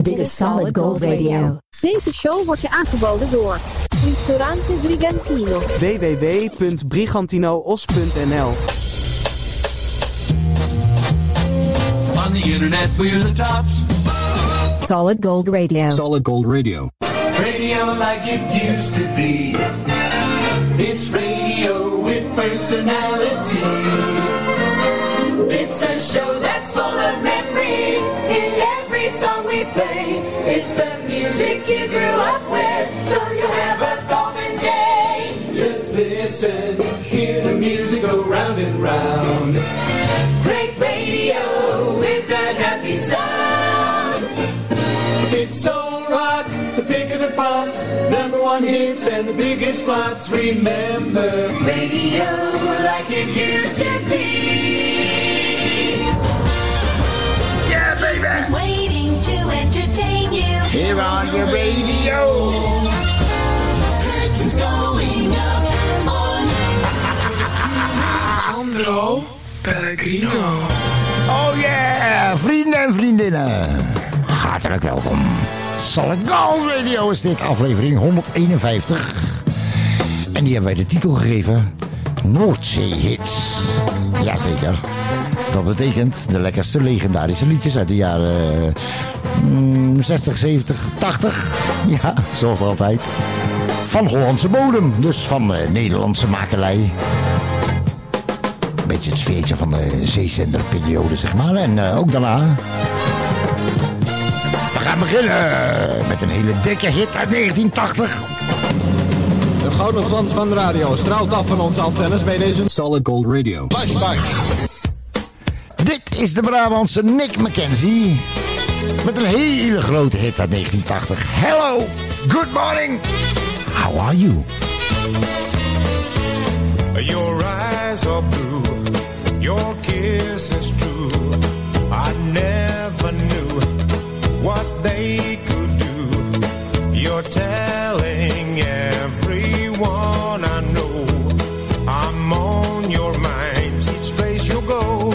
Dit is Solid Gold Radio. Deze show wordt je aangeboden door Ristorante Brigantino. www.brigantinoos.nl. On the internet we're the tops. Solid Gold Radio. Solid Gold Radio. Radio like it used to be. It's radio with personality. It's a show that's full of memories. In every song we play, it's the music you grew up with, so you'll have a golden day. Just listen, hear the music go round and round. Great radio with that happy sound. It's soul rock, the pick of the pops, #1 hits and the biggest flops. Remember, radio like it used to be. Yeah, baby! Waiting to entertain you. Here on your radio. Curtains going up on Sandro Pellegrino. Oh yeah, vrienden en vriendinnen. Hartelijk welkom. Solid Gold Radio is dit, aflevering 151. En die hebben wij de titel gegeven, Noordzee-hits. Jazeker. Dat betekent de lekkerste legendarische liedjes uit de jaren 60, 70, 80. Ja, zoals altijd. Van Hollandse bodem, dus van Nederlandse makelij. Een beetje het sfeertje van de zeezenderperiode, zeg maar. En ook daarna. We gaan beginnen met een hele dikke hit uit 1980. De gouden glans van de radio straalt af van onze antennes bij deze Solid Gold Radio. Flashback. Dit is de Brabantse Nick McKenzie met een hele grote hit uit 1980. Hello, good morning, how are you? Your eyes are blue, your kiss is true. I never knew what they could do. You're telling everyone I know I'm on your mind each place you go.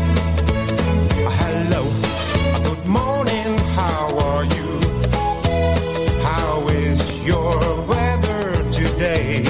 Hello, good morning, how are you? How is your weather today?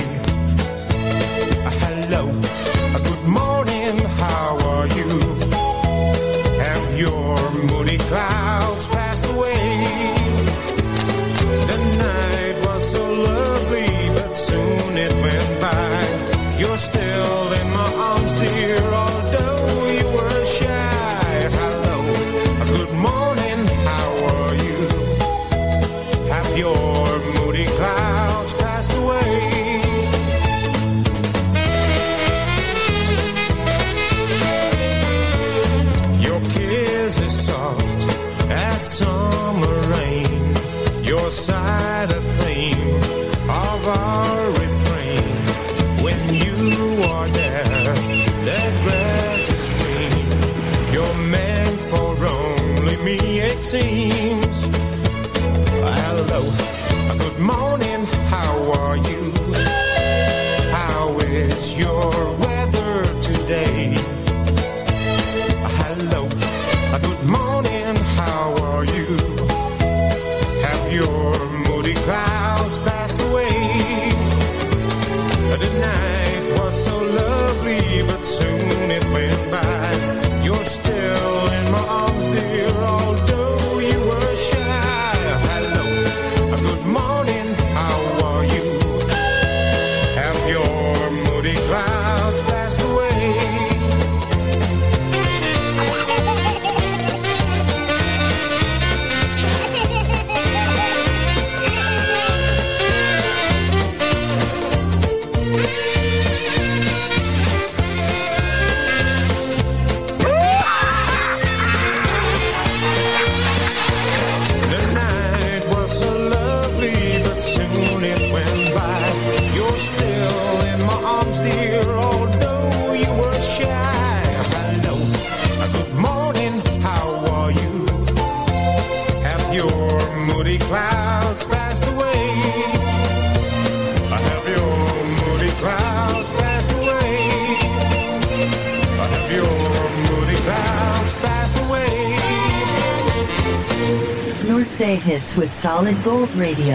Hello, good morning, how are you? Have your moody clouds passed away? The night was so lovely, but soon it went by. You're still in my arms, dear, although you were shy. Hello, good morning, how are you? Have your moody clouds passed away? Your kiss is soft as summer rain. Your side a theme of our refrain. When you are there, the grass is green. You're meant for only me, it seems. Hello, good morning, how are you? How is your weather today? Hello, good morning, how are you? Have your moody clouds passed away? The night was so lovely, but soon it went by. You're still in my arms, dear, although you were shy. Hello, good morning, how are you? Have your moody clouds passed away? Clouds passed away. Have your moody clouds passed away? Have your moody clouds passed away? Noordzee hits with Solid Gold Radio.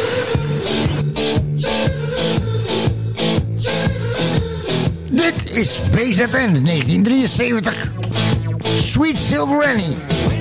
Dit is BZN 1973. Sweet Silver Annie.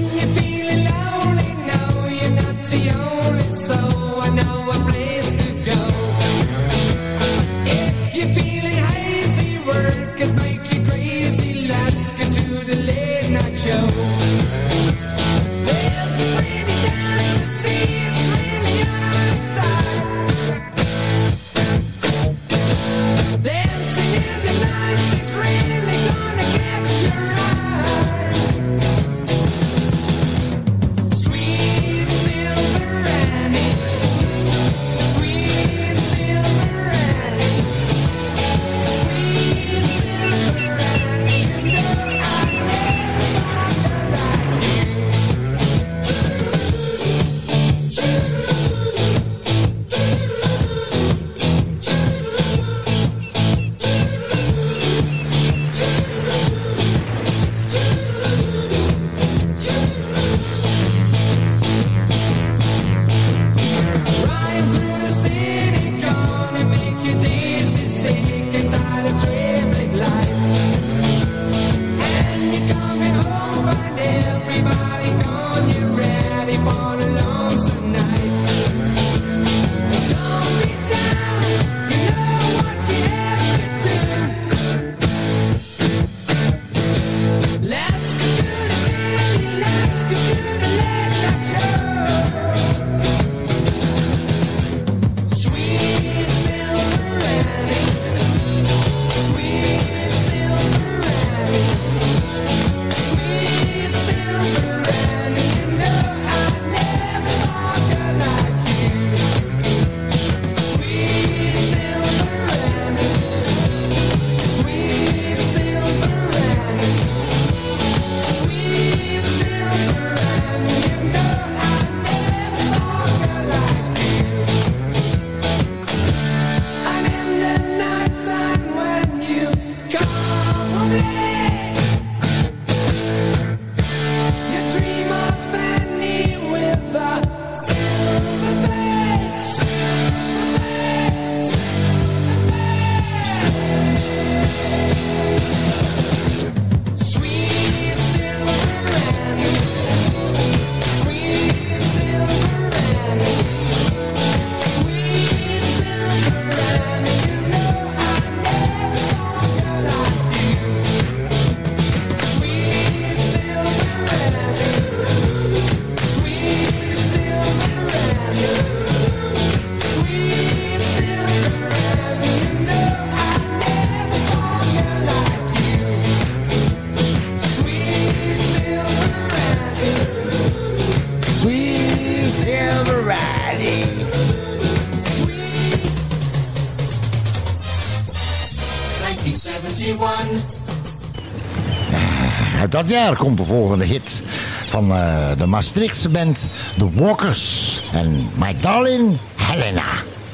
Uit dat jaar komt de volgende hit van de Maastrichtse band The Walkers en My Darling Helena.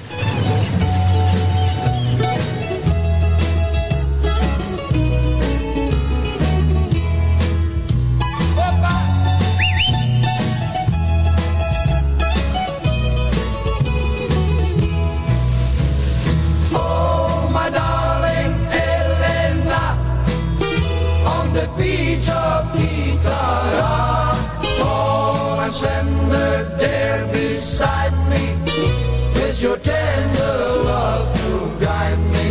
Your tender love to guide me.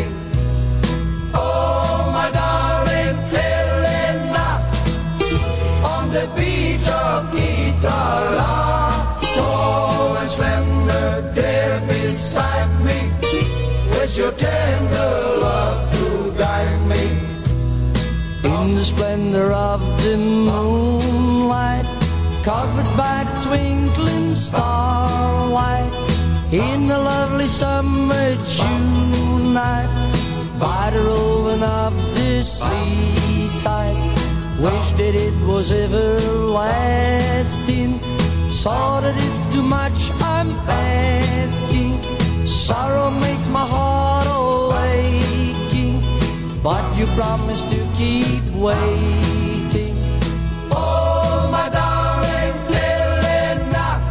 Oh, my darling Helena, on the beach of Itala, tall and slender there beside me, with your tender love to guide me. In the splendor of the moonlight, covered by twinkling starlight, in the lovely summer June night, by the rolling of the sea tide, wish that it was everlasting, saw that it's too much I'm asking, sorrow makes my heart aching, but you promised to keep waiting. Oh, my darling Helena,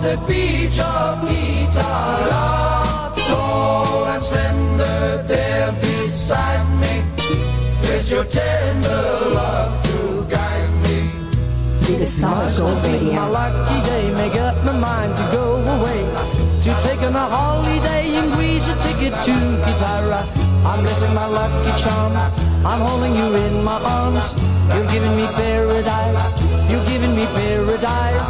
on the beach of Itara, tall and slender there beside me, with your tender love to guide me. Dit is Solid Gold Radio. My lucky day, make up my mind to go away, to take on a holiday in Greece, a ticket to Itara. I'm blessing my lucky charms, I'm holding you in my arms. You're giving me paradise, you're giving me paradise.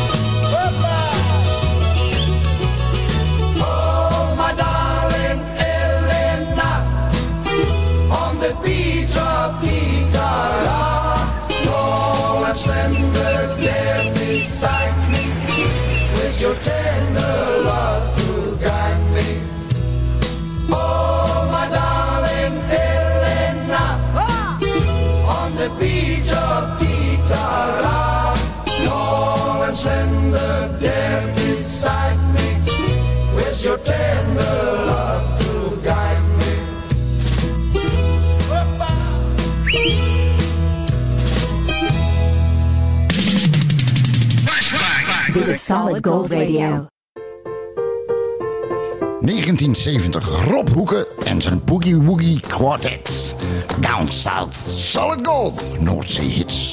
Oh, my darling Elena, on the beach of Itara, tall and slender there beside me, with your tender love to guide me. Oh, my darling Elena, on the beach of Itara, tall and slender there beside me, with your tender love to guide me. Dit is Solid Gold Radio. 1970, Rob Hoeken en zijn Boogie Woogie Quartet. Down South, Solid Gold, Noordzee Hits.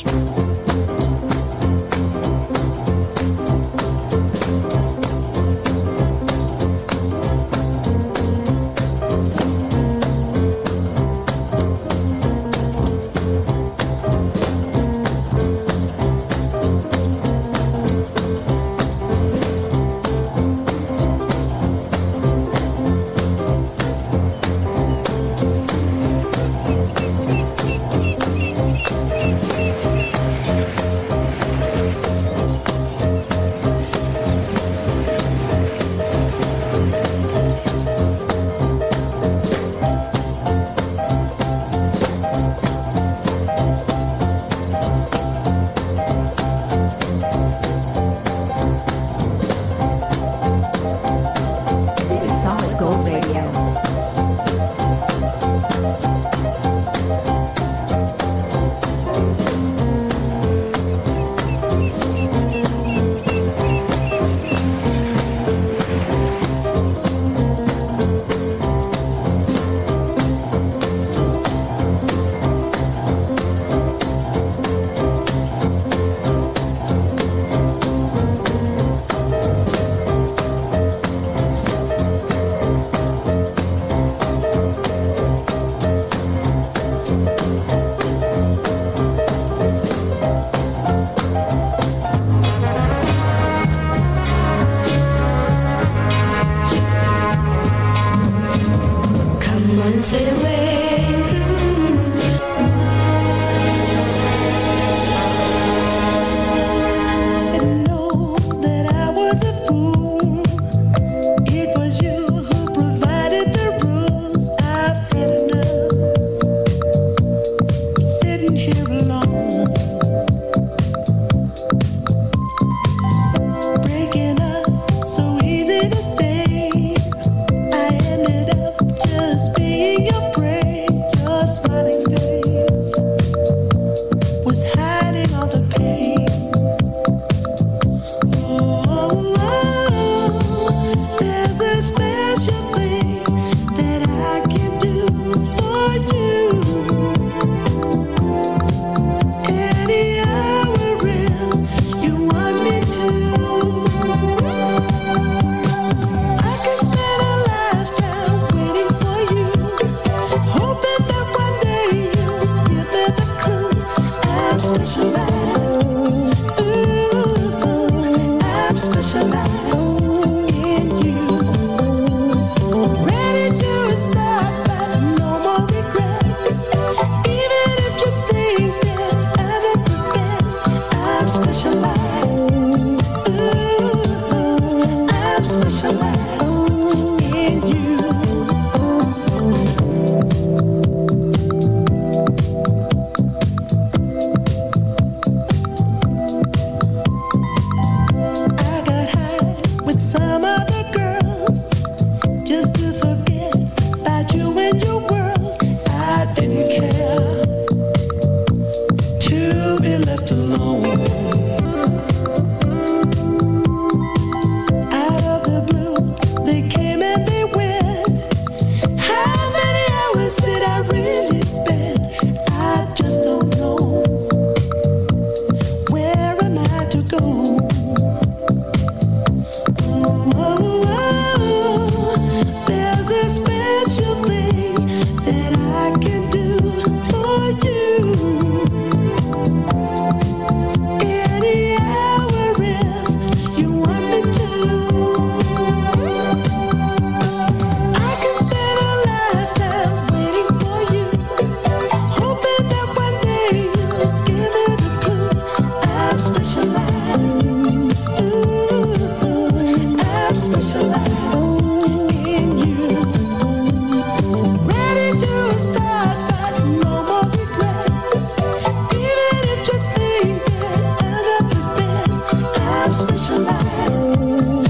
specialized.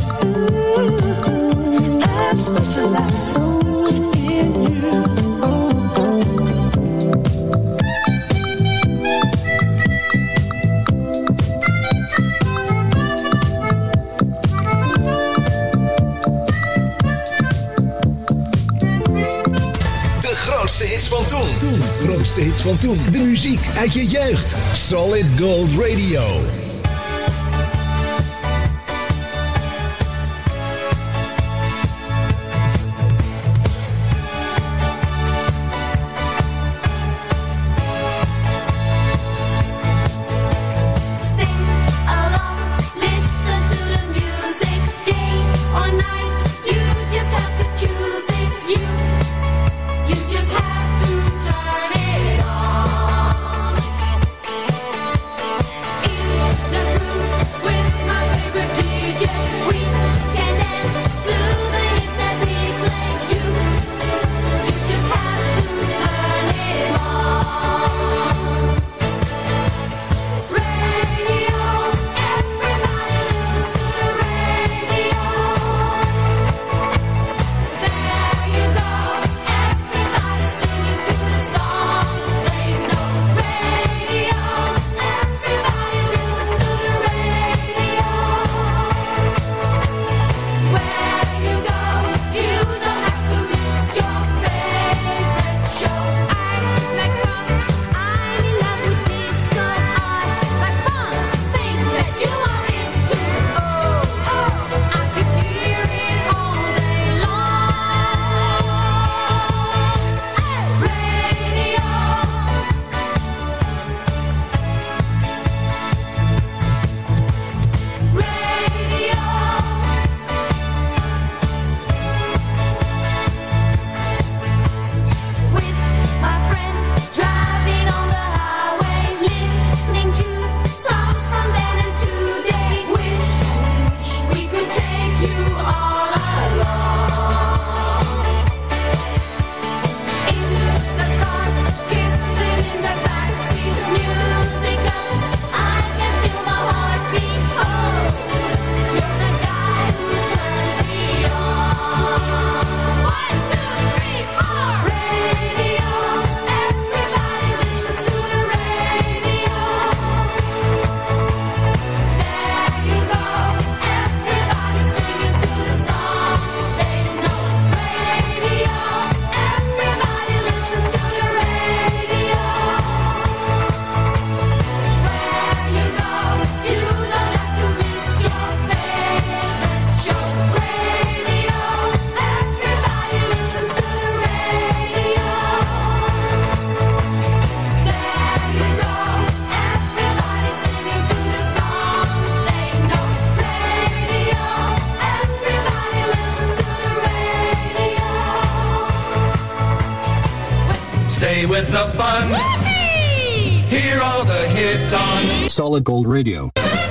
Ooh, I'm specialized in you. Grootste hits van toen. Grootste hits van toen. De muziek uit je jeugd. Solid Gold Radio. with the fun. Hear all the hits on Solid Gold Radio.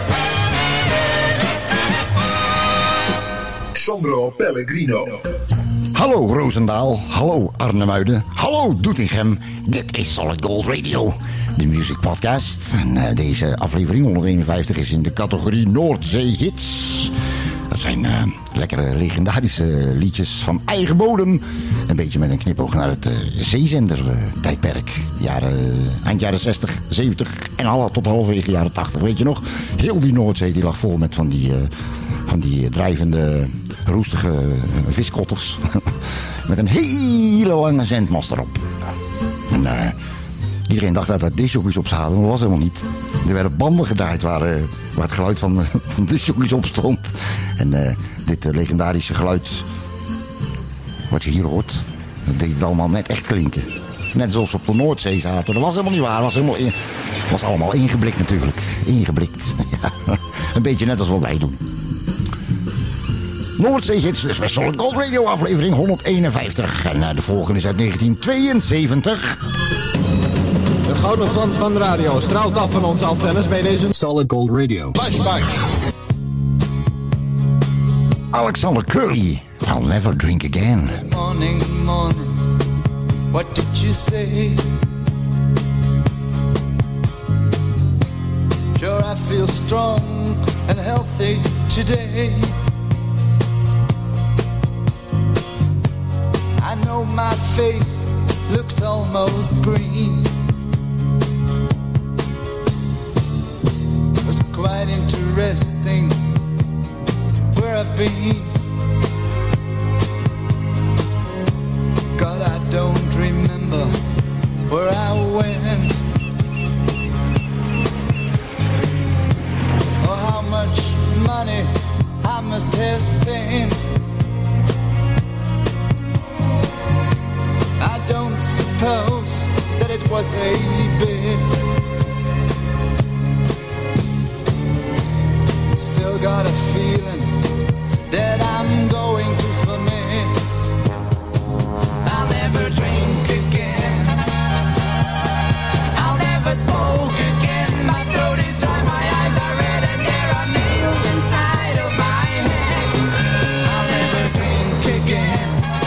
Sandro Pellegrino. Hallo Roosendaal, hallo Arnhemuiden, hallo Doetinchem. Dit is Solid Gold Radio, de music podcast. En deze aflevering 151 is in de categorie Noordzee-hits. Dat zijn lekkere legendarische liedjes van eigen bodem. Een beetje met een knipoog naar het zeezender-tijdperk. Eind jaren 60, 70 en tot halverwege jaren 80. Weet je nog? Heel die Noordzee die lag vol met van die drijvende, roestige viskotters. Met een hele lange zendmast erop. En iedereen dacht dat er discjockeys op zaten, maar dat was helemaal niet. Er werden banden gedraaid waar het geluid van discjockeys op stond. En dit legendarische geluid, wat je hier hoort, dat deed het allemaal net echt klinken. Net zoals ze op de Noordzee zaten. Dat was helemaal niet waar. Het was allemaal ingeblikt natuurlijk. Ingeblikt. Ja, een beetje net als wat wij doen. Noordzee-hits, dus bij Solid Gold Radio, aflevering 151. En de volgende is uit 1972. De gouden glans van de radio straalt af van onze antennes bij deze Solid Gold Radio. Flashback. Alexander Curly, I'll never drink again. Morning, morning, what did you say? Sure I feel strong, and healthy today. I know my face looks almost green. It was quite interesting where I've been. God, I don't remember where I went or how much money I must have spent. I don't suppose that it was a bit. Still got a feeling that I'm going to ferment. I'll never drink again. I'll never smoke again. My throat is dry, my eyes are red, and there are nails inside of my head. I'll never drink again.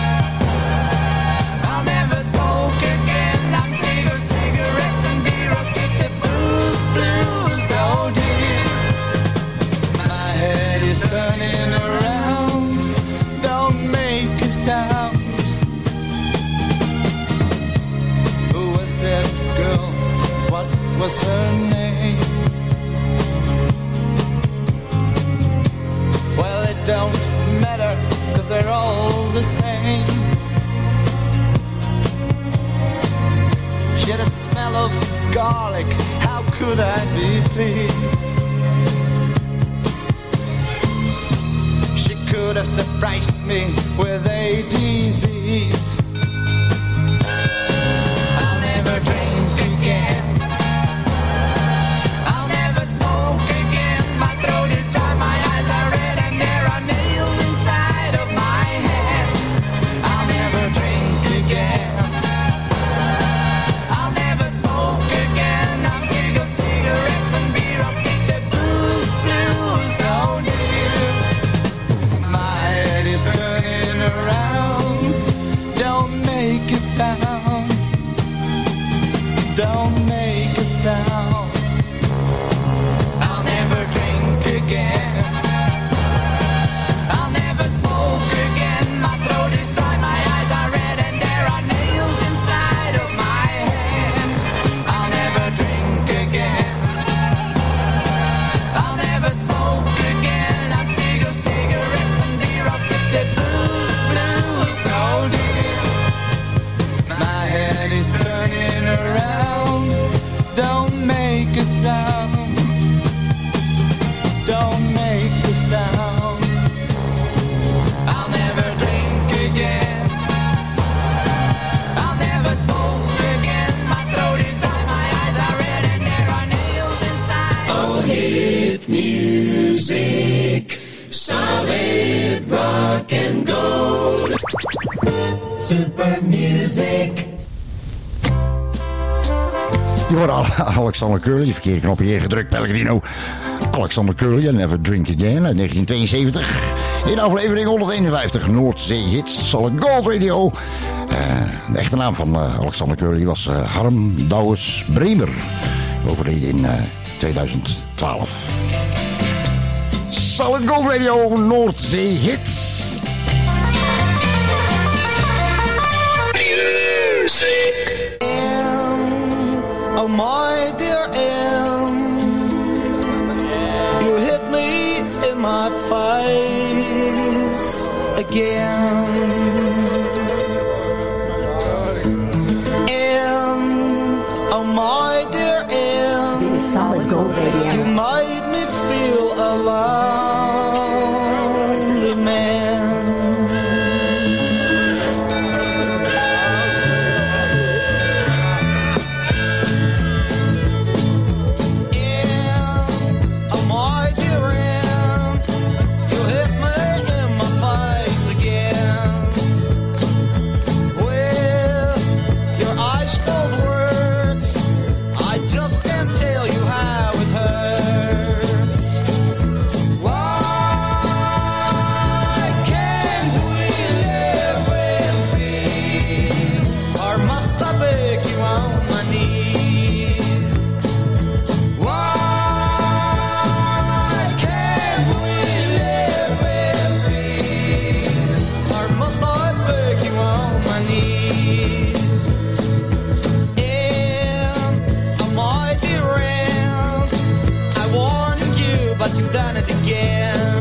I'll never smoke again. I'm sick of cigarettes and beer. I'll skip the booze, blues, oh dear. My head is turning around. Don't make a sound. That girl, what was her name? Well, it don't matter, 'cause they're all the same. She had a smell of garlic, how could I be pleased? She could have surprised me with a disease. Drink again. I'll never smoke again. My throat is dry, my eyes are red, and there are nails inside of my head. I'll never drink again. I'll never smoke again. I'm sick of cigarettes and beer. I'll skip the booze, blues, oh dear. My head is turning around. Don't make a sound. Don't make a sound. I'll never drink again. I'll never smoke again. My throat is dry, my eyes are red, and there are nails inside of my head. I'll never drink again. I'll never smoke again. I'm sick of cigarettes and beer. I'll skip the booze, blues, oh dear. My head is turning around. Don't make a sound. Don't make a sound. I'll never drink again. I'll never smoke again. My throat is dry, my eyes are red, and there are nails inside. All hit music, solid rock and gold. Super music. Je hoort Alexander Curly, verkeerde knopje hier gedrukt, Pellegrino. Alexander Curly en Never Drink Again uit 1972. In aflevering 151 Noordzee Hits, Solid Gold Radio. De echte naam van Alexander Curly was Harm Douwes Bremer. Overleden in 2012. Solid Gold Radio, Noordzee Hits. Music. Oh my dear Anne, you hit me in my face again. Anne, oh my dear Anne, Solid Gold Radio. You made me feel a lonely man. again.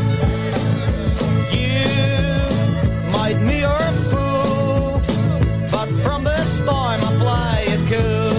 You might me or a fool, but from the storm I play it cool.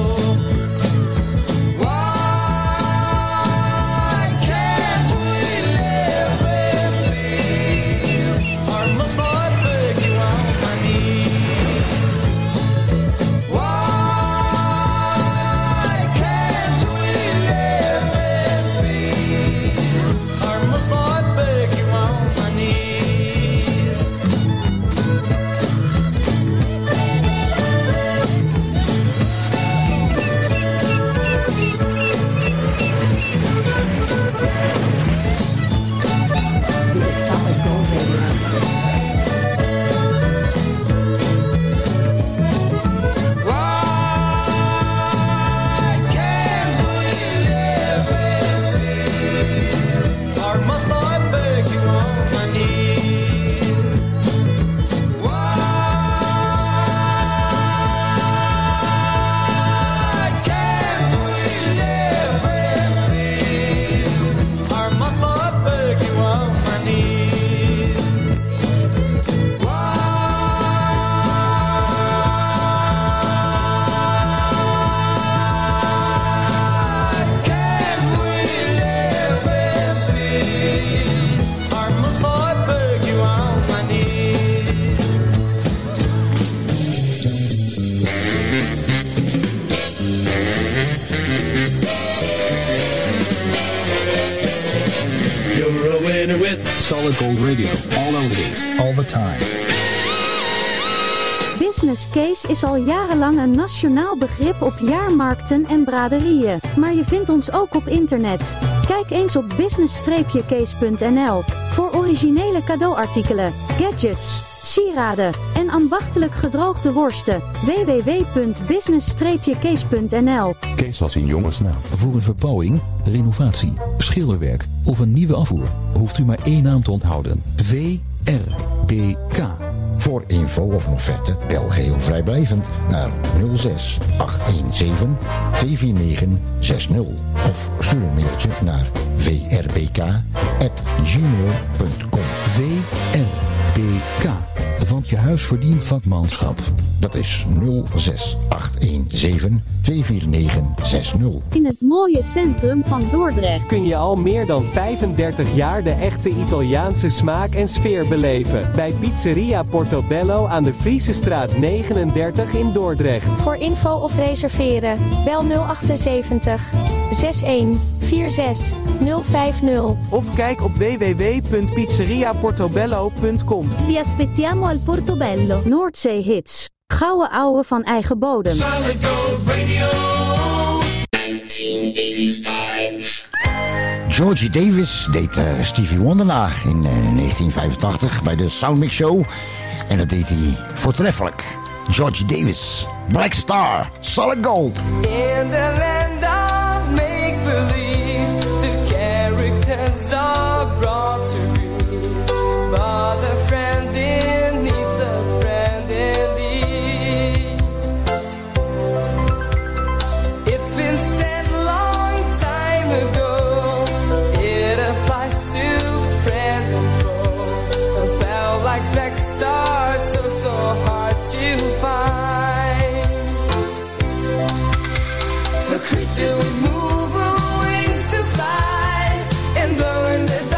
Solid Gold Radio. All nowadays. All the time. Business case is al jarenlang een nationaal begrip op jaarmarkten en braderieën. Maar je vindt ons ook op internet. Kijk eens op business-case.nl voor originele cadeauartikelen, gadgets, sieraden en ambachtelijk gedroogde worsten. www.business-case.nl. Kees als in jongensnaam. Voor een verbouwing, renovatie, schilderwerk of een nieuwe afvoer hoeft u maar één naam te onthouden. VRBK. Voor info of offerte bel geheel vrijblijvend naar 06 817 24960 of stuur een mailtje naar vrbk@gmail.com. VRBK. Want je huis verdient vakmanschap. Dat is 06 817 24960. In het mooie centrum van Dordrecht kun je al meer dan 35 jaar de echte Italiaanse smaak en sfeer beleven. Bij Pizzeria Portobello aan de Friesestraat 39 in Dordrecht. Voor info of reserveren, bel 078 61 46 050. Of kijk op www.pizzeriaportobello.com. Vi aspettiamo al Portobello. Noordzee hits. Gouden ouwe van eigen bodem. Solid Gold Radio 1985. Georgie Davis deed Stevie Wonder na in 1985 bij de Soundmix Show. En dat deed hij voortreffelijk. Georgie Davis, Black Star, Solid Gold. In the land of make-believe, the characters are brought to me. But the friend in needs a friend indeed. It's been said long time ago, it applies to friend and foe. A bell like Black Star, so hard to find. The creature with moving wings to fly and blow in the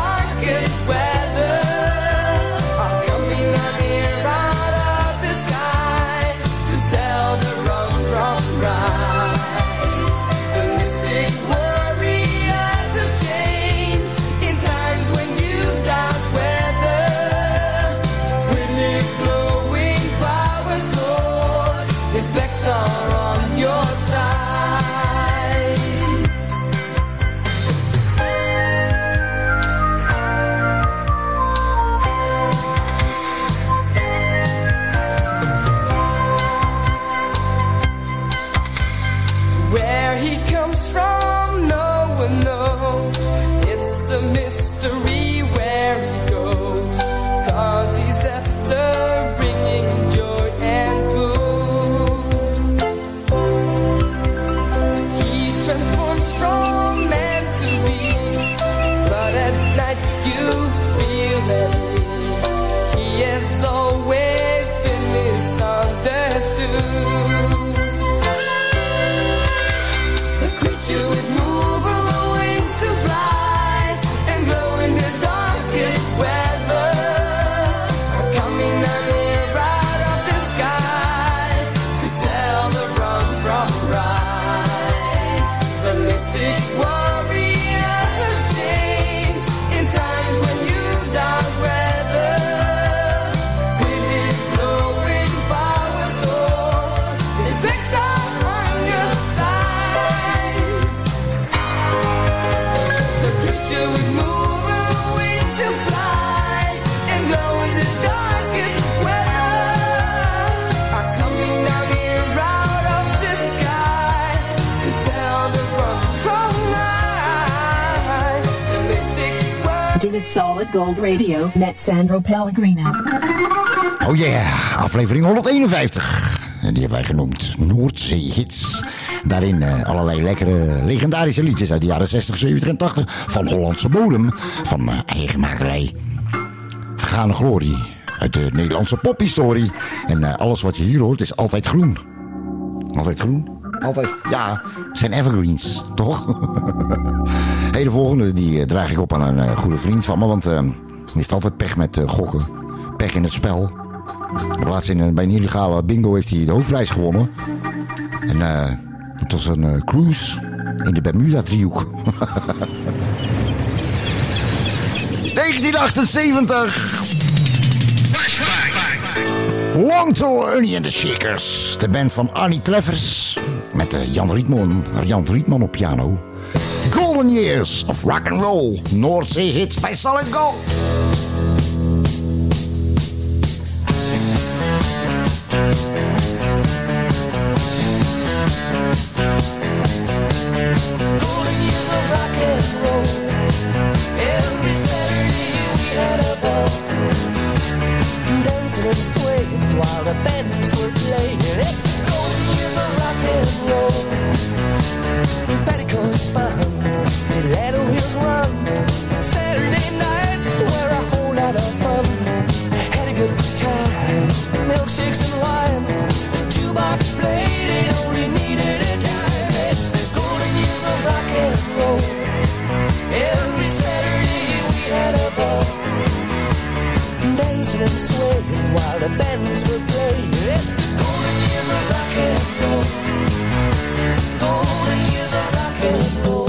night you feel it. He has always been misunderstood. The creatures with movable wings to fly and glow in the darkest weather are coming down here out of the sky to tell the wrong from right. The mystic warriors have changed in times when you dark weather. With his glowing power sword, his big star on your side. The creature with movable wings to fly and glow in the darkest weather are coming down here out of the sky to tell the wrong from right. The mystic world. Dit is Solid Gold Radio met Sandro Pellegrino. Oh yeah, aflevering 151. En die hebben wij genoemd Noordzee-hits. Daarin allerlei lekkere legendarische liedjes uit de jaren 60, 70 en 80. Van Hollandse bodem, van eigen makerij. Vergane glorie uit de Nederlandse pophistorie. En alles wat je hier hoort is altijd groen. Altijd groen? Altijd, ja, het zijn evergreens, toch? Hey, de volgende die draag ik op aan een goede vriend van me. Want hij heeft altijd pech met gokken. Pech in het spel. Laatst bij een illegale bingo heeft hij de hoofdprijs gewonnen. En het was een cruise in de Bermuda-driehoek. 1978. Long Tall Ernie and the Shakers. De band van Arnie Treffers. Met Jan Rietman op piano. Golden Years of Rock and Roll. Noordzee hits bij Solid Gold. Golden years of rock and roll. Every Saturday we had a ball, dancing and swaying while the bands were playing. It's the golden years of rock and roll. Petticoats fun, stiletto heels run. Saturday nights were a whole lot of fun. Had a good time, milkshakes and wine. The jukebox played, it only needed a dime. It's the golden years of rock and roll. Every Saturday we had a ball, dancing and swaying while the bands were playing. It's the golden years of rock and roll. Golden years of rock and roll.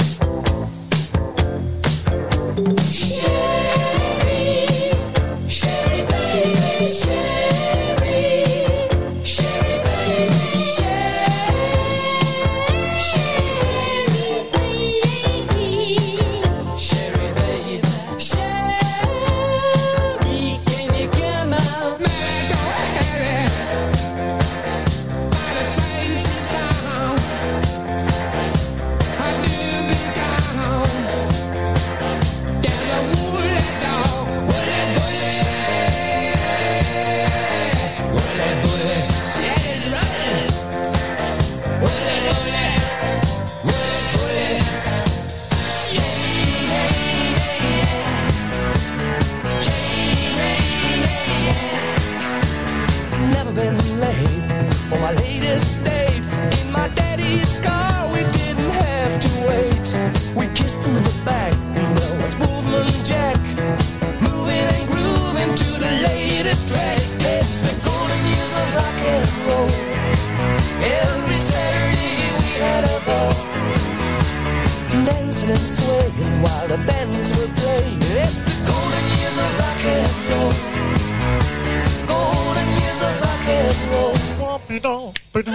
Sherry, Sherry baby, Sherry, Sherry baby, Sherry, Sherry baby, Sherry, can you come out? Never been late for my latest date. In my daddy's car, we didn't have to wait. We kissed in the back, there was movement jack, moving and grooving to the latest track. It's the golden years of rock and roll. Every Saturday we had a ball, dancing and swaying while the bands were playing. It's the golden years of rock and roll. Golden years of rock and roll. Rock and roll.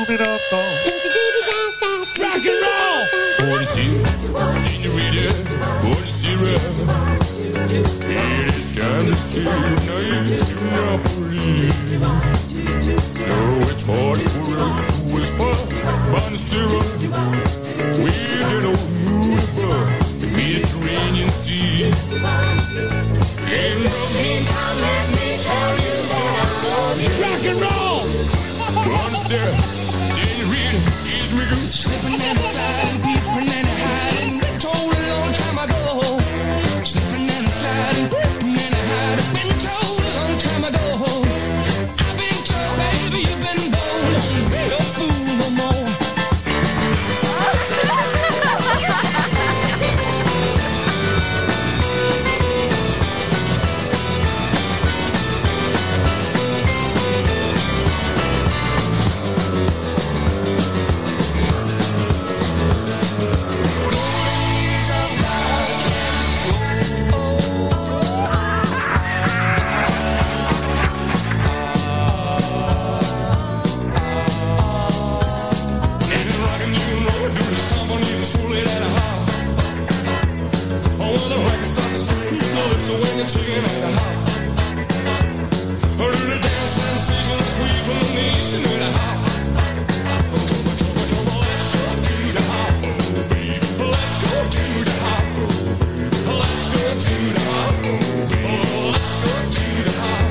Wanna see senorita, wanna see her. It is time to see night in Napoli. No, it's hard for us to whisper, Bonacera. We're an old mood above the Mediterranean Sea. In the meantime, let me tell you that I love you. Rock and roll! Bonacera, senorita, ease me good. Slipping and sliding, peeping and hiding. Told a long time ago. Slipping So when the chicken and the hop, a little dance sensation sweeping the nation in the hop. Let's go to the hop, oh baby. Let's go to the hop, oh baby. Let's go to the hop, oh baby. Let's go to the hop.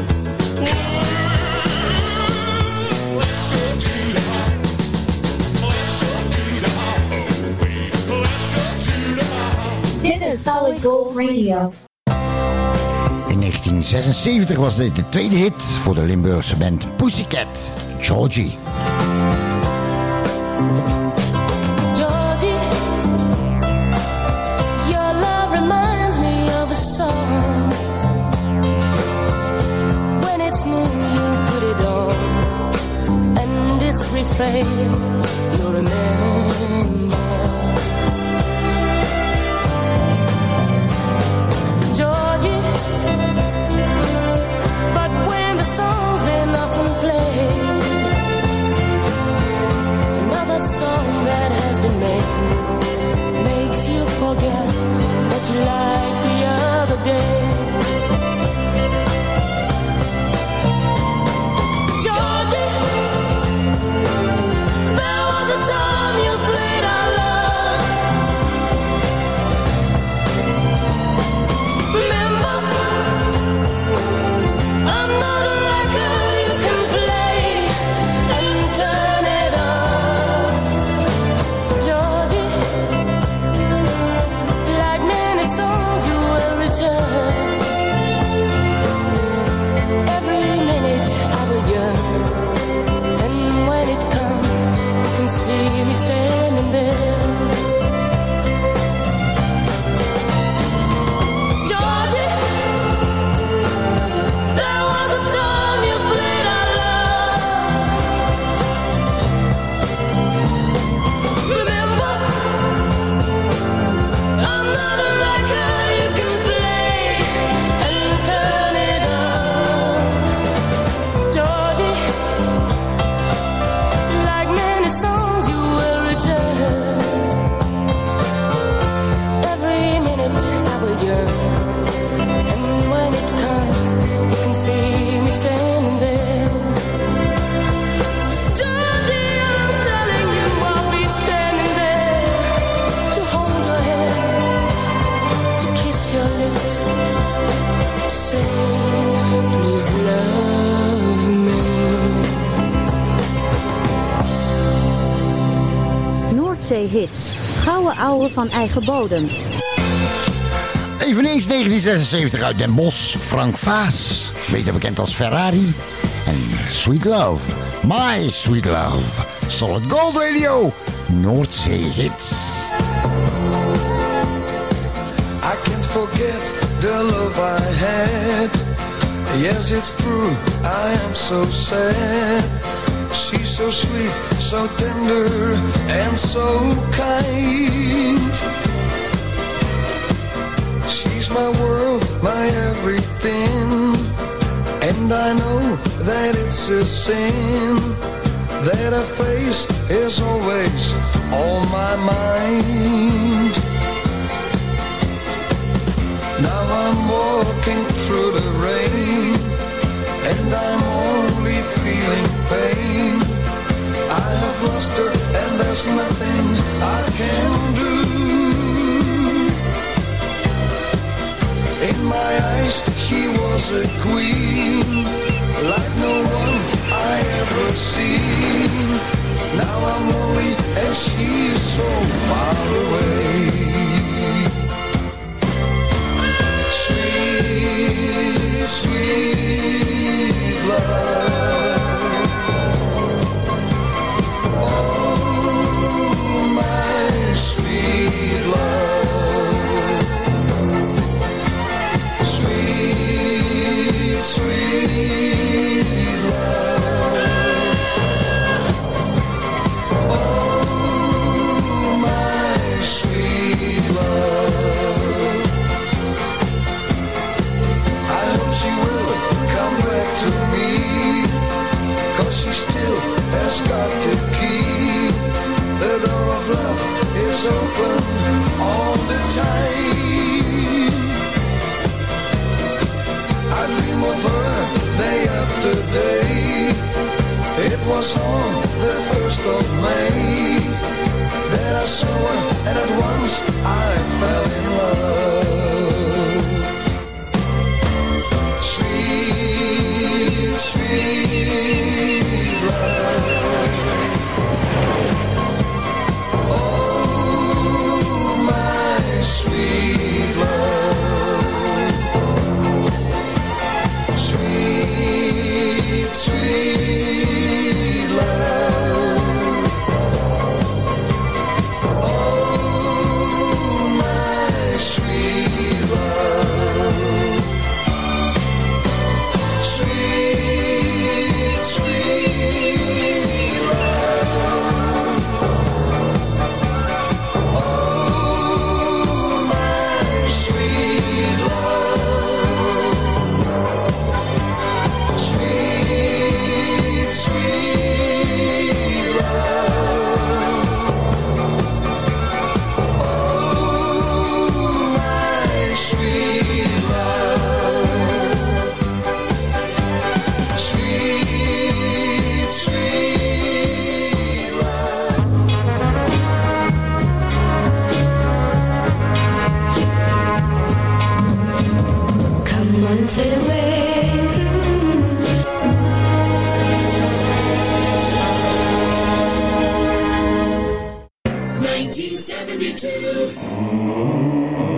Let's go to the hop. Let's go to the hop, oh baby. Let's go to the hop. Dit is Solid Gold Radio. In 1976 was dit de tweede hit voor de Limburgse band Pussycat, Georgie. Georgie, your love reminds me of a song. When it's new, you put it on, and its refrain you'll remember. Georgie, but when the song's been often played, another song that has been made makes you forget what you liked the other day. Georgie, there was a time you played our love. Remember, I'm not a record you can play and turn it off. Georgie, like many songs you will return. Every minute I will yearn, and when it comes, you can see me standing there. Georgie, there was a time you played our love. Remember, I'm not a record you can play and turn it off. Georgie, like many songs you will return. Every minute I will yearn, and when it comes, you can see me standing there. Georgie, I'm telling you, I'll be standing there to hold your hand, to kiss your lips, to say, please love me. Noordzee-hits. Gouden ouwe van eigen bodem. Eveneens 1976 uit Den Bosch, Frank Vaas, beter bekend als Ferrari. En Sweet Love, My Sweet Love, Solid Gold Radio, Noordzee-hits. I can't forget the love I had. Yes, it's true, I am so sad. She's so sweet, so tender, and so kind. She's my world, my everything. And I know that it's a sin that her face is always on my mind. Now I'm walking through the rain, and I'm only feeling pain. I have lost her, and there's nothing I can do. In my eyes, she was a queen, like no one I ever seen. Now I'm lonely, and she's so far away. Sweet, sweet love. Oh, my sweet love. Sweet, sweet love. Oh, my sweet love. I hope she will come back to me, 'cause she still has got the key. The door of love is open all the time. over day after day. It was on the 1st of May that I saw her, and at once I fell in love. Sweet, sweet love. Oh, my sweet love. Sweet, sweet love. Oh, my sweet love. Sweet, sweet love. Oh, my sweet love. Sweet, sweet love. Oh, my sweet love. Sweet, sweet love. Come on, sail away. 1972.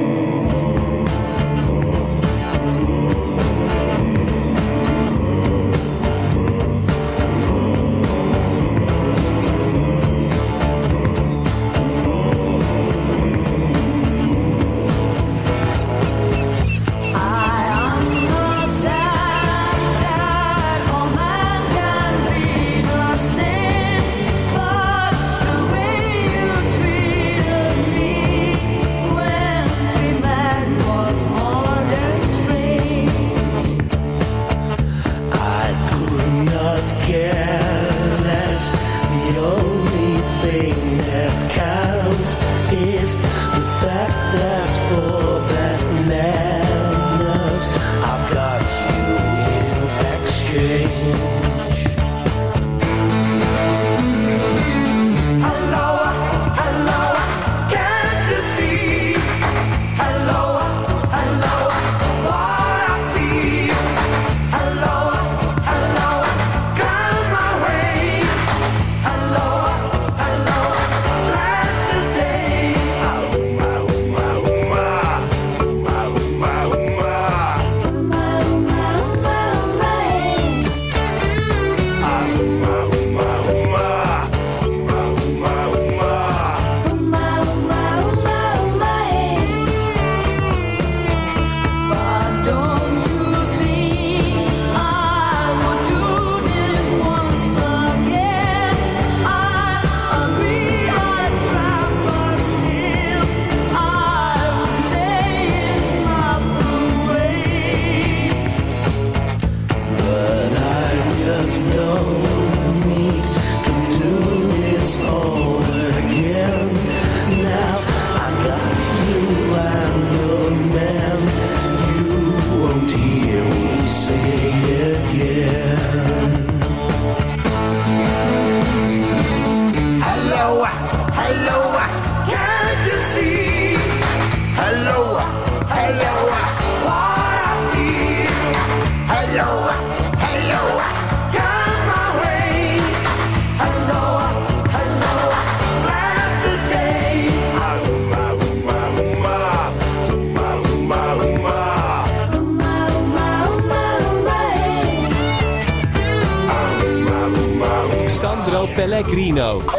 Pellegrino.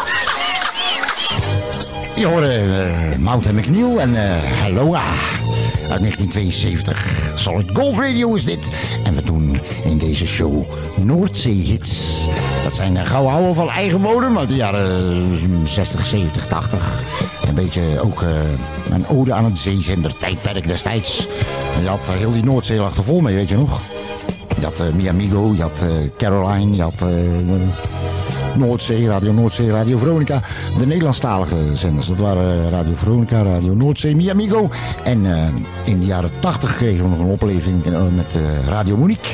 Je hoorde Mountain McNeil en Hello uit 1972. Solid Gold Radio is dit. En we doen in deze show Noordzee-hits. Dat zijn gouden ouwe van eigen bodem uit de jaren 60, 70, 80. Een beetje ook een ode aan het zeezender tijdperk destijds. En je had heel die Noordzee lag er vol mee, weet je nog? Je had Mi Amigo, je had Caroline, je had Noordzee, Radio Veronica. De Nederlandstalige zenders, dat waren Radio Veronica, Radio Noordzee, Mi Amigo. En in de jaren 80 kregen we nog een opleving met Radio Monique.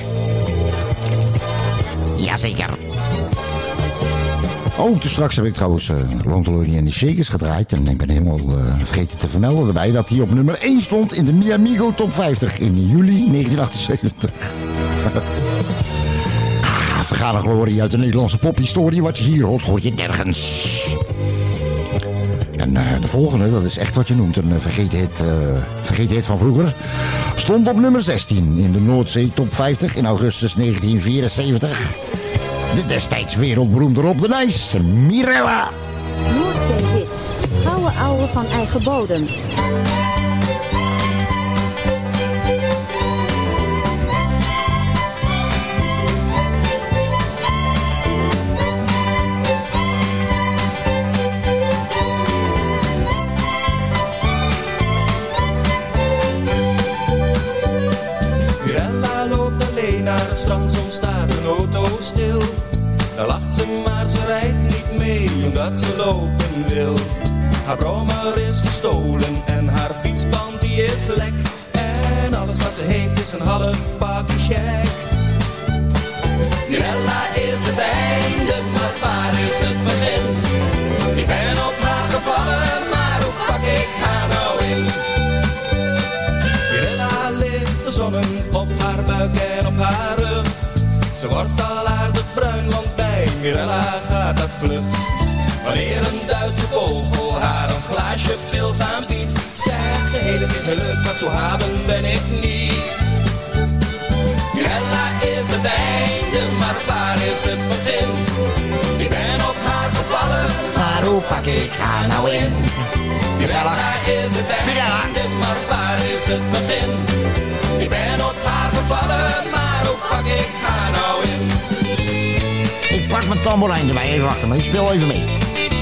Jazeker. Oh, toen straks heb ik trouwens Lonteloni en de Shakers gedraaid. En ik ben helemaal vergeten te vermelden erbij dat hij op nummer 1 stond in de Mi Amigo Top 50 in juli 1978. Vergane glorie uit de Nederlandse pophistorie. Wat je hier hoort, hoor je nergens. En de volgende, dat is echt wat je noemt een vergeten hit van vroeger. Stond op nummer 16 in de Noordzee Top 50 in augustus 1974. De destijds wereldberoemde Rob de Nijs, Mirella. Noordzee hits. Gouden ouwe van eigen bodem. Mirella loopt alleen naar het strand, soms staat een auto stil. Dan lacht ze, maar ze rijdt niet mee, omdat ze lopen wil. Haar brommer is gestolen en haar fietsband die is lek. En alles wat ze heeft is een half pakje check. Mirella is het einde, maar waar is het begin? Ik ben op haar gevallen, maar hoe pak ik haar nou in? Mirella ligt gezonnen op haar buik en op haar rug. Ze wordt al aardig bruin, want bij Mirella gaat dat vlug. Wanneer een Duitse vogel haar een glaasje pils aanbiedt, zegt ze, hey, dat is geluk, maar zo haben ben ik niet. Mirella is het einde, maar waar is het begin? Ik ben op haar gevallen, maar hoe pak ik haar nou in? Mirella is het einde, maar waar is het begin? Ik ben op haar gevallen, maar hoe pak ik haar nou in? Ik pak mijn tamboerijn erbij, even wachten, maar ik speel even mee.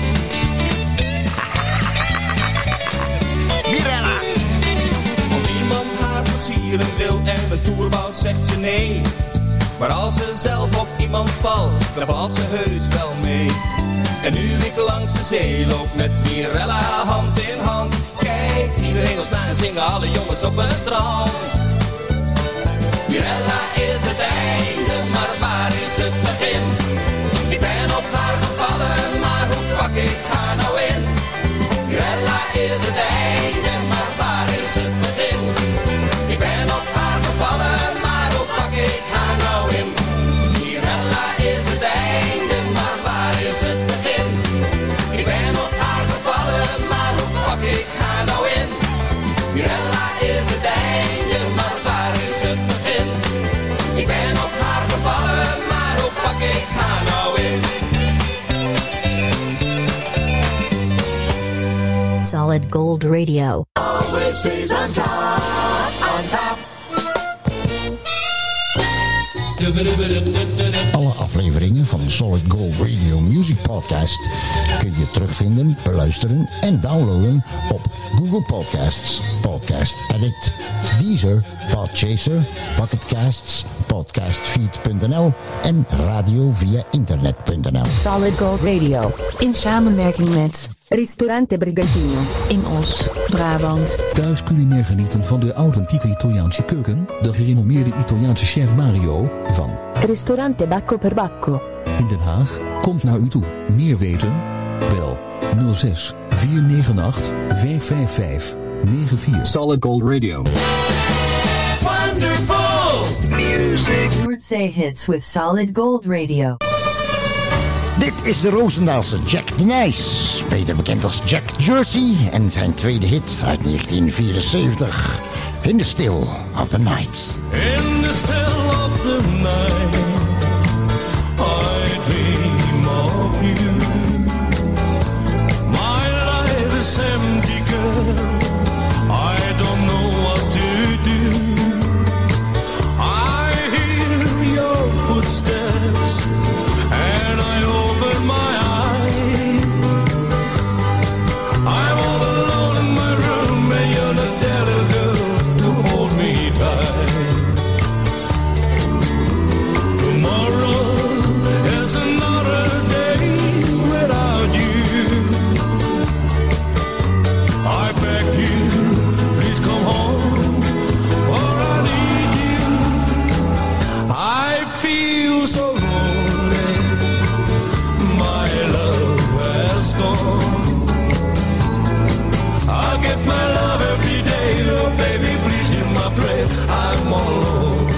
Mirella! Als iemand haar versieren wil en een toer bouwt, zegt ze nee. Maar als ze zelf op iemand valt, dan valt ze heus wel mee. En nu ik langs de zee loop met Mirella hand in hand, kijkt iedereen ons na en zingen alle jongens op het strand. Mirella is het einde, maar waar is het begin? Ik ben op haar gevallen, maar hoe pak ik haar nou in? Mirella is het einde, maar waar is het begin? Ik ben op haar gevallen, maar hoe pak ik haar nou in? Mirella is het einde, maar waar is het begin? Ik ben op haar gevallen, maar hoe pak ik haar nou in? Mirella is het einde, maar waar is het begin? Ik ben op haar gevallen, maar hoe pak ik haar nou in? Solid Gold Radio. Always stays on top, on top. Alle afleveringen van de Solid Gold Radio Music Podcast kun je terugvinden, beluisteren en downloaden op Google Podcasts, Podcast Addict, Deezer, Podchaser, Pocketcasts, podcastfeed.nl en radio via internet.nl. Solid Gold Radio, in samenwerking met Ristorante Brigantino in Os, Brabant. Thuis culinair genieten van de authentieke Italiaanse keuken, de gerenommeerde Italiaanse chef Mario van Ristorante Bacco per Bacco in Den Haag komt naar u toe. Meer weten? Bel 06 498 555 94. Solid Gold Radio. Wonderful music. Noordzee hits with Solid Gold Radio. Dit is de Roosendaalse Jack de Nijs, beter bekend als Jack Jersey, en zijn tweede hit uit 1974, In the Still of the Night. In the still of the night, I dream of you. My life is empty, girl. I don't know what to do. I hear your footsteps, and I open my eyes. I'm all alone in my room, and you're not there, little girl, to hold me tight. pray I'm all alone.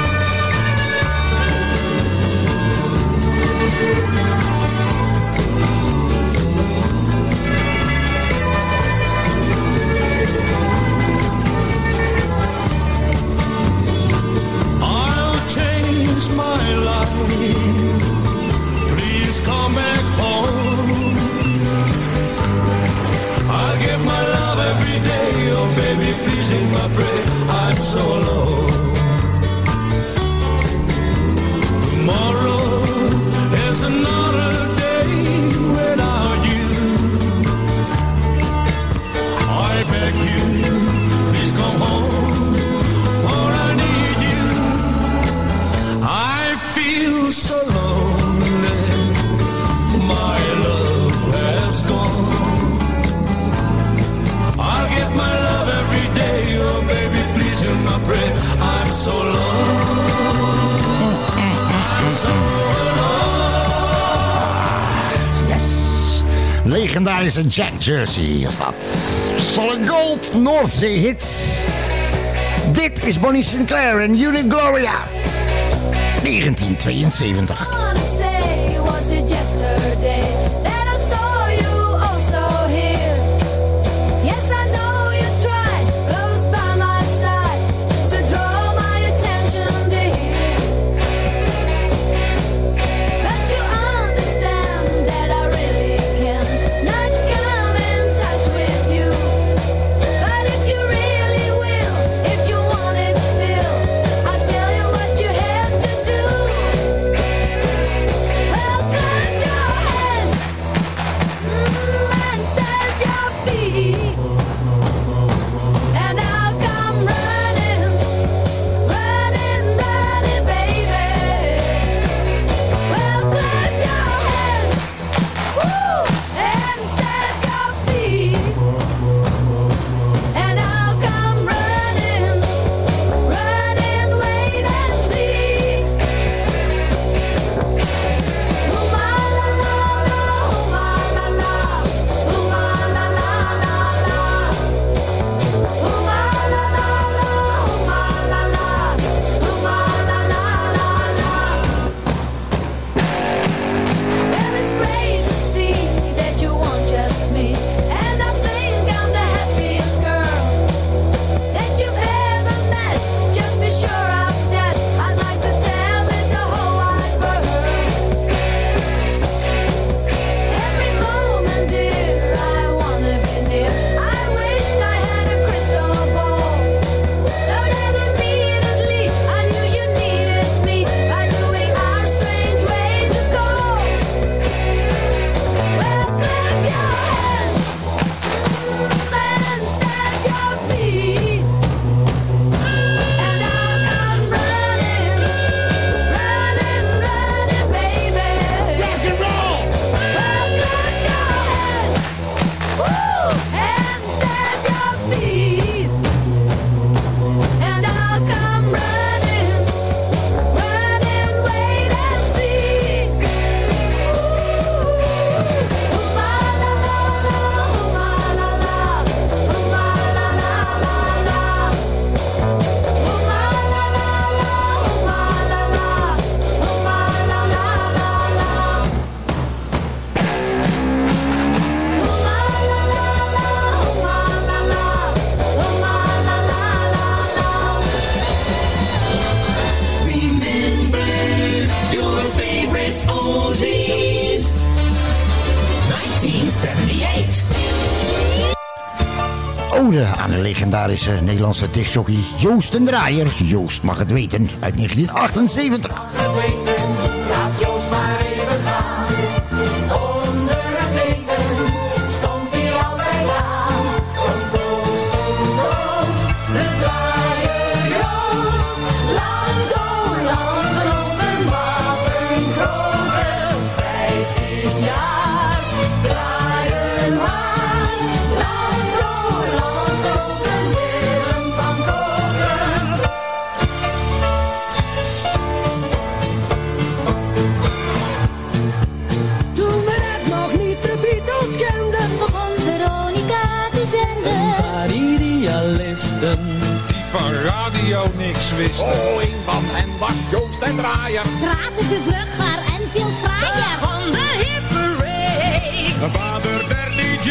I'll change my life. Please come back home. I'll give my love every day. Oh baby, please hear my prayer. I'm so alone. Tomorrow is another day without you. I beg you, please come home, for I need you. I feel so lonely. My love has gone. I'll get my love every day. Oh baby, please hear my prayer. I'm so alone. I'm so Legendarische Jack Jersey is dat. Solid Gold, Noordzee hits. Dit is Bonnie Sinclair en Unit Gloria. 1972. I wanna say, was it yesterday that I saw you also here? Yes, I know you tried, close by my side, to draw my attention to here. But you understand that I really can not come in touch with you. But if you really will, if you want it still, I'll tell you what you have to do. Well, clap your hands and stamp your feet, and I'll come running, running, running, baby. Well, clap your hands, woo, and stamp your feet, and I'll come running, running, wait and see. Ooh, ma la la la, ooh, ma la la, ooh, ma la la la la. Ooh, ma la la la, ooh, ma la la, ooh, ma la la la la. Well, it's great to see that you want just me, and I think I'm the happiest girl that you've ever met. Just be sure of that. I'd like to tell it the whole wide world. Every moment, dear, I wanna be near. I wished I had a crystal ball, so that immediately I knew you needed me by doing our strange way to go. Well, clap your hands and stamp your feet, and I'll come running, running, running, baby. Rock and roll. Well, clap your hands, woo, and stamp your feet, and I'll come running, running, wait and see. Ooh, ma la la la, ooh, ma la la, ooh, ma la la la la. Ooh, ma la la la, ooh, ma la la, ooh, ma la la la la. Ooh, ma la la la, ooh, ma la la, ooh, ma la la la la. Remember your favorite oldies. 1978. Ode aan de legendarische Nederlandse discjockey Joost den Draaier. Joost mag het weten, uit 1978. Laat Joost maar even gaan. Onder het leven stond hij altijd aan. Van Joost to Joost, de draaier Joost. Land, oh land, rond en water grote. 15 jaar draaien maar. Land, oh land, rond en Willem van Koten. radio niks wisten. Oh, een van hen was Joost en Draaier. Praten ze vlugger en veel fraaier. Van de hit parade. De vader der DJ's.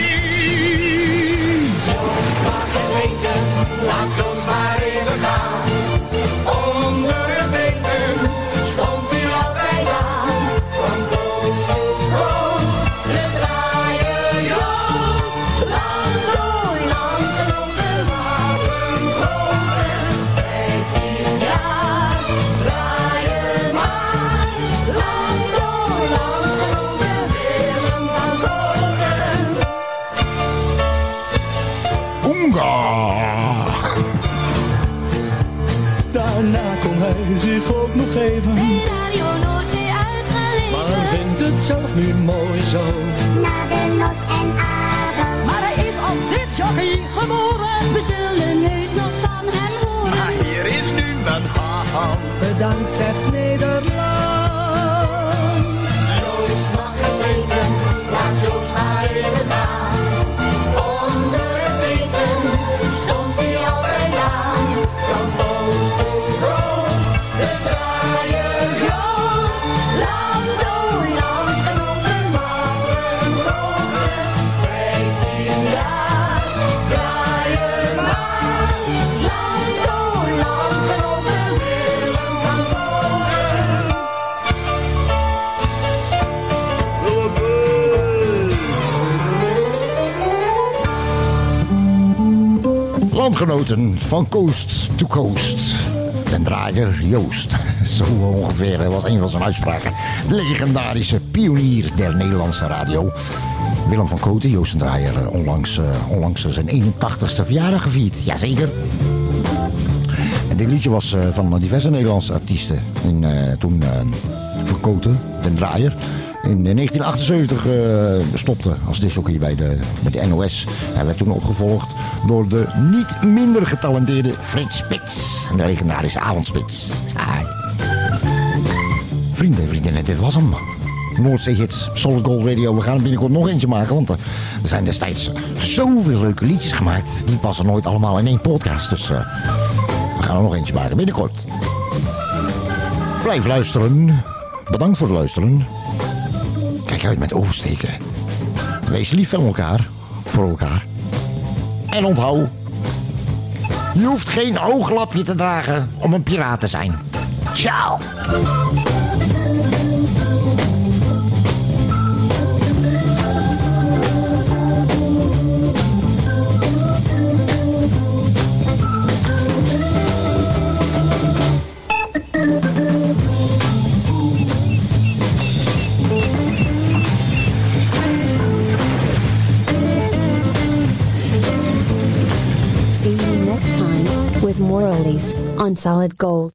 Joost mag het weten, laat Joost maar even gaan. Onder het eten stond hij altijd aan. Van coast to coast, de draaier Joost. Lang door, lang gelopen, maar een grote 15 jaar. Draaien maar, lang door, lang gelopen, Willem van Koten. Oenga! Daarna kon hij zich ook nog even. De Radio Noordzee uitgelezen. Maar vindt het zelf nu mooi zo. Na de nos en avond. Maar hij is als dit jockey geboren. We zullen heus nog van hem horen. Maar hier is nu mijn hand. Bedankt, zegt Nederland. Joost mag het weten, laat Joost maar even gaan. Onder het eten stond hij altijd aan. Van coast to coast, de draaier Joost. Lang door, lang gelopen, maar een grote 15 jaar. Draaien maar, lang door, lang gelopen, Willem van Koten. Landgenoten van Coast to Coast. Den draaier Joost. Zo ongeveer was een van zijn uitspraken. De legendarische pionier der Nederlandse radio. Willem van Koten, Joost den Draaier, onlangs zijn 81ste verjaardag gevierd. Jazeker. En dit liedje was van diverse Nederlandse artiesten. Toen van Koten, Den Draaier, in 1978 stopte als disjockey bij de NOS. Hij werd toen opgevolgd door de niet minder getalenteerde Frits Spits. De legendarische avondspits. Saai. Vrienden en vriendinnen, dit was hem. Noordzee Hits, Solid Gold Radio. We gaan er binnenkort nog eentje maken, want er zijn destijds zoveel leuke liedjes gemaakt. Die passen nooit allemaal in één podcast. Dus we gaan er nog eentje maken binnenkort. Blijf luisteren. Bedankt voor het luisteren. Kijk uit met oversteken. Wees lief van elkaar. Voor elkaar. En onthoud. Je hoeft geen ooglapje te dragen om een piraat te zijn. Ciao. See you next time with more oldies on Solid Gold.